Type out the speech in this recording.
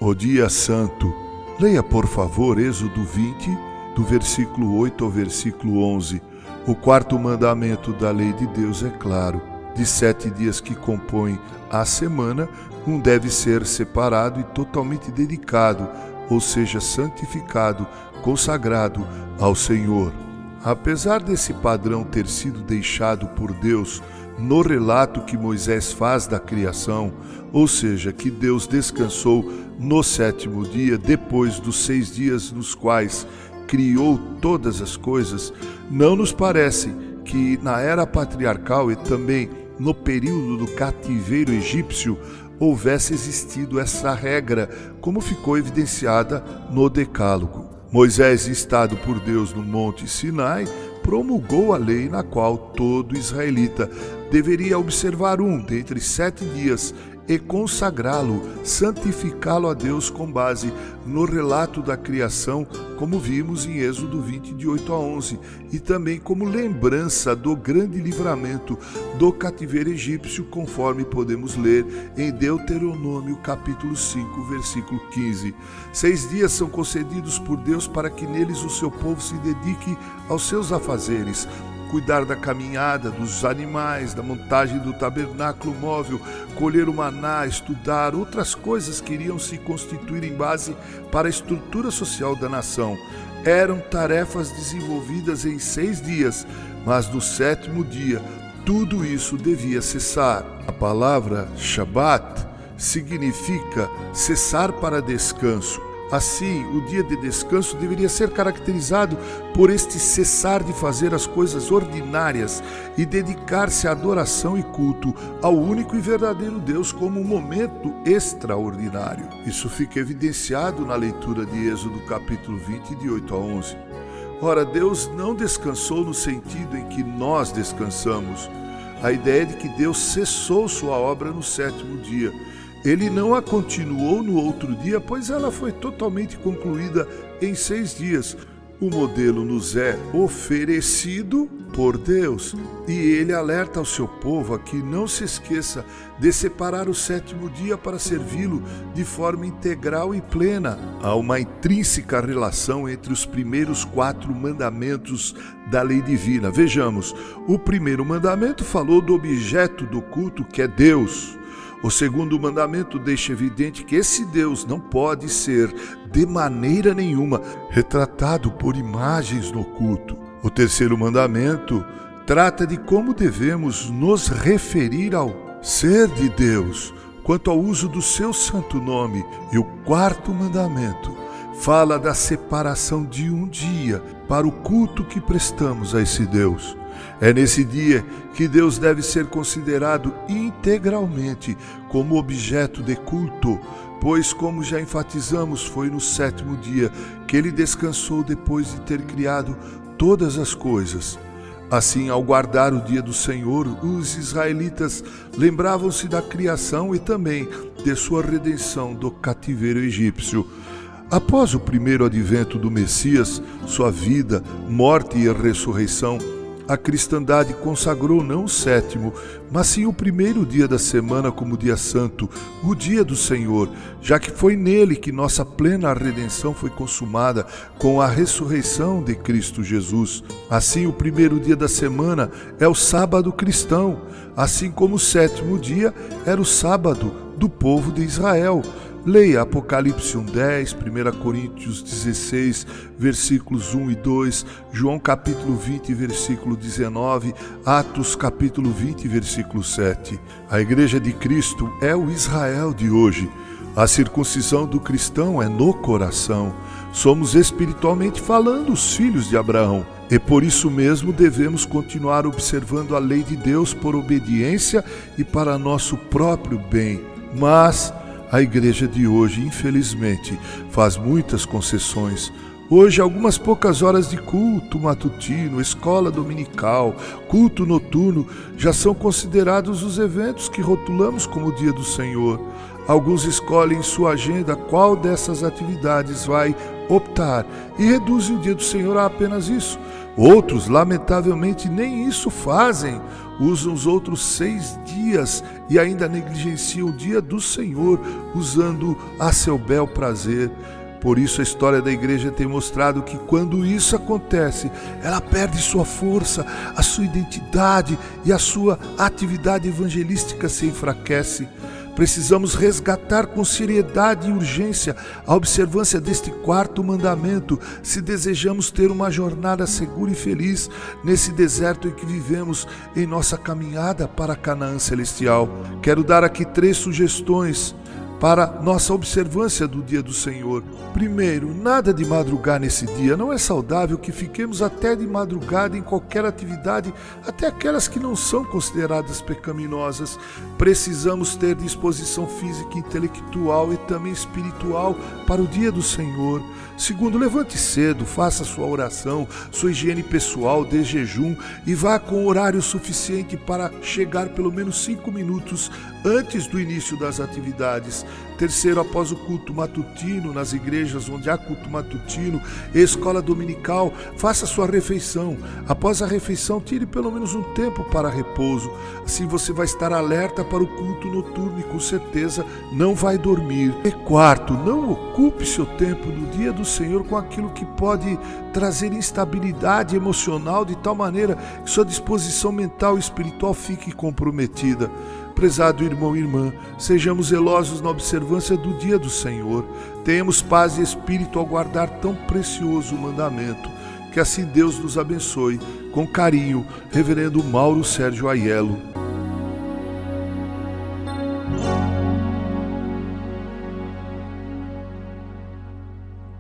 O dia santo. Leia, por favor, Êxodo 20, do versículo 8 ao versículo 11. O quarto mandamento da lei de Deus é claro. De 7 dias que compõem a semana, um deve ser separado e totalmente dedicado, ou seja, santificado, consagrado ao Senhor. Apesar desse padrão ter sido deixado por Deus no relato que Moisés faz da criação, ou seja, que Deus descansou no 7º dia, depois dos 6 dias nos quais criou todas as coisas, não nos parece que na era patriarcal e também no período do cativeiro egípcio houvesse existido essa regra, como ficou evidenciada no Decálogo. Moisés, instado por Deus no Monte Sinai, promulgou a lei na qual todo israelita deveria observar dentre 7 dias e consagrá-lo, santificá-lo a Deus com base no relato da criação, como vimos em Êxodo 20, de 8 a 11, e também como lembrança do grande livramento do cativeiro egípcio, conforme podemos ler em Deuteronômio capítulo 5, versículo 15. 6 dias são concedidos por Deus para que neles o seu povo se dedique aos seus afazeres, cuidar da caminhada, dos animais, da montagem do tabernáculo móvel, colher o maná, estudar, outras coisas que iriam se constituir em base para a estrutura social da nação. Eram tarefas desenvolvidas em 6 dias, mas no 7º dia tudo isso devia cessar. A palavra Shabat significa cessar para descanso. Assim, o dia de descanso deveria ser caracterizado por este cessar de fazer as coisas ordinárias e dedicar-se à adoração e culto ao único e verdadeiro Deus como um momento extraordinário. Isso fica evidenciado na leitura de Êxodo capítulo 20, de 8 a 11. Ora, Deus não descansou no sentido em que nós descansamos. A ideia é de que Deus cessou sua obra no 7º dia. Ele não a continuou no outro dia, pois ela foi totalmente concluída em 6 dias. O modelo nos é oferecido por Deus e ele alerta ao seu povo a que não se esqueça de separar o 7º dia para servi-lo de forma integral e plena. Há uma intrínseca relação entre os primeiros 4 mandamentos da lei divina. Vejamos, o primeiro mandamento falou do objeto do culto, que é Deus. O segundo mandamento deixa evidente que esse Deus não pode ser, de maneira nenhuma, retratado por imagens no culto. O terceiro mandamento trata de como devemos nos referir ao ser de Deus, quanto ao uso do seu santo nome. E o quarto mandamento fala da separação de um dia para o culto que prestamos a esse Deus. É nesse dia que Deus deve ser considerado integralmente como objeto de culto, pois, como já enfatizamos, foi no 7º dia que ele descansou depois de ter criado todas as coisas. Assim, ao guardar o dia do Senhor, os israelitas lembravam-se da criação e também de sua redenção do cativeiro egípcio. Após o primeiro advento do Messias, sua vida, morte e ressurreição, a cristandade consagrou não o 7º, mas sim o primeiro dia da semana como dia santo, o dia do Senhor, já que foi nele que nossa plena redenção foi consumada com a ressurreição de Cristo Jesus. Assim, o primeiro dia da semana é o sábado cristão, assim como o 7º dia era o sábado do povo de Israel. Leia Apocalipse 1:10, 1 Coríntios 16, versículos 1 e 2, João capítulo 20, versículo 19, Atos capítulo 20, versículo 7. A Igreja de Cristo é o Israel de hoje. A circuncisão do cristão é no coração. Somos espiritualmente falando os filhos de Abraão. E por isso mesmo devemos continuar observando a lei de Deus por obediência e para nosso próprio bem. Mas a igreja de hoje, infelizmente, faz muitas concessões. Hoje, algumas poucas horas de culto matutino, escola dominical, culto noturno, já são considerados os eventos que rotulamos como o dia do Senhor. Alguns escolhem em sua agenda qual dessas atividades vai optar e reduzem o dia do Senhor a apenas isso. Outros, lamentavelmente, nem isso fazem. Usam os outros 6 dias e ainda negligenciam o dia do Senhor, usando a seu bel prazer. Por isso a história da igreja tem mostrado que quando isso acontece, ela perde sua força, a sua identidade e a sua atividade evangelística se enfraquece. Precisamos resgatar com seriedade e urgência a observância deste 4º mandamento, se desejamos ter uma jornada segura e feliz nesse deserto em que vivemos em nossa caminhada para Canaã celestial. Quero dar aqui 3 sugestões para nossa observância do dia do Senhor. Primeiro, nada de madrugar nesse dia. Não é saudável que fiquemos até de madrugada em qualquer atividade, até aquelas que não são consideradas pecaminosas. Precisamos ter disposição física, intelectual e também espiritual para o dia do Senhor. Segundo, levante cedo, faça sua oração, sua higiene pessoal, dê jejum e vá com horário suficiente para chegar pelo menos 5 minutos antes do início das atividades. Terceiro, após o culto matutino, nas igrejas onde há culto matutino e escola dominical, faça sua refeição. Após a refeição, tire pelo menos um tempo para repouso. Assim você vai estar alerta para o culto noturno e com certeza não vai dormir. E quarto, não ocupe seu tempo no dia do Senhor com aquilo que pode trazer instabilidade emocional de tal maneira que sua disposição mental e espiritual fique comprometida. Prezado irmão e irmã, sejamos zelosos na observância do dia do Senhor. Tenhamos paz e espírito ao guardar tão precioso mandamento. Que assim Deus nos abençoe. Com carinho, Reverendo Mauro Sérgio Aiello.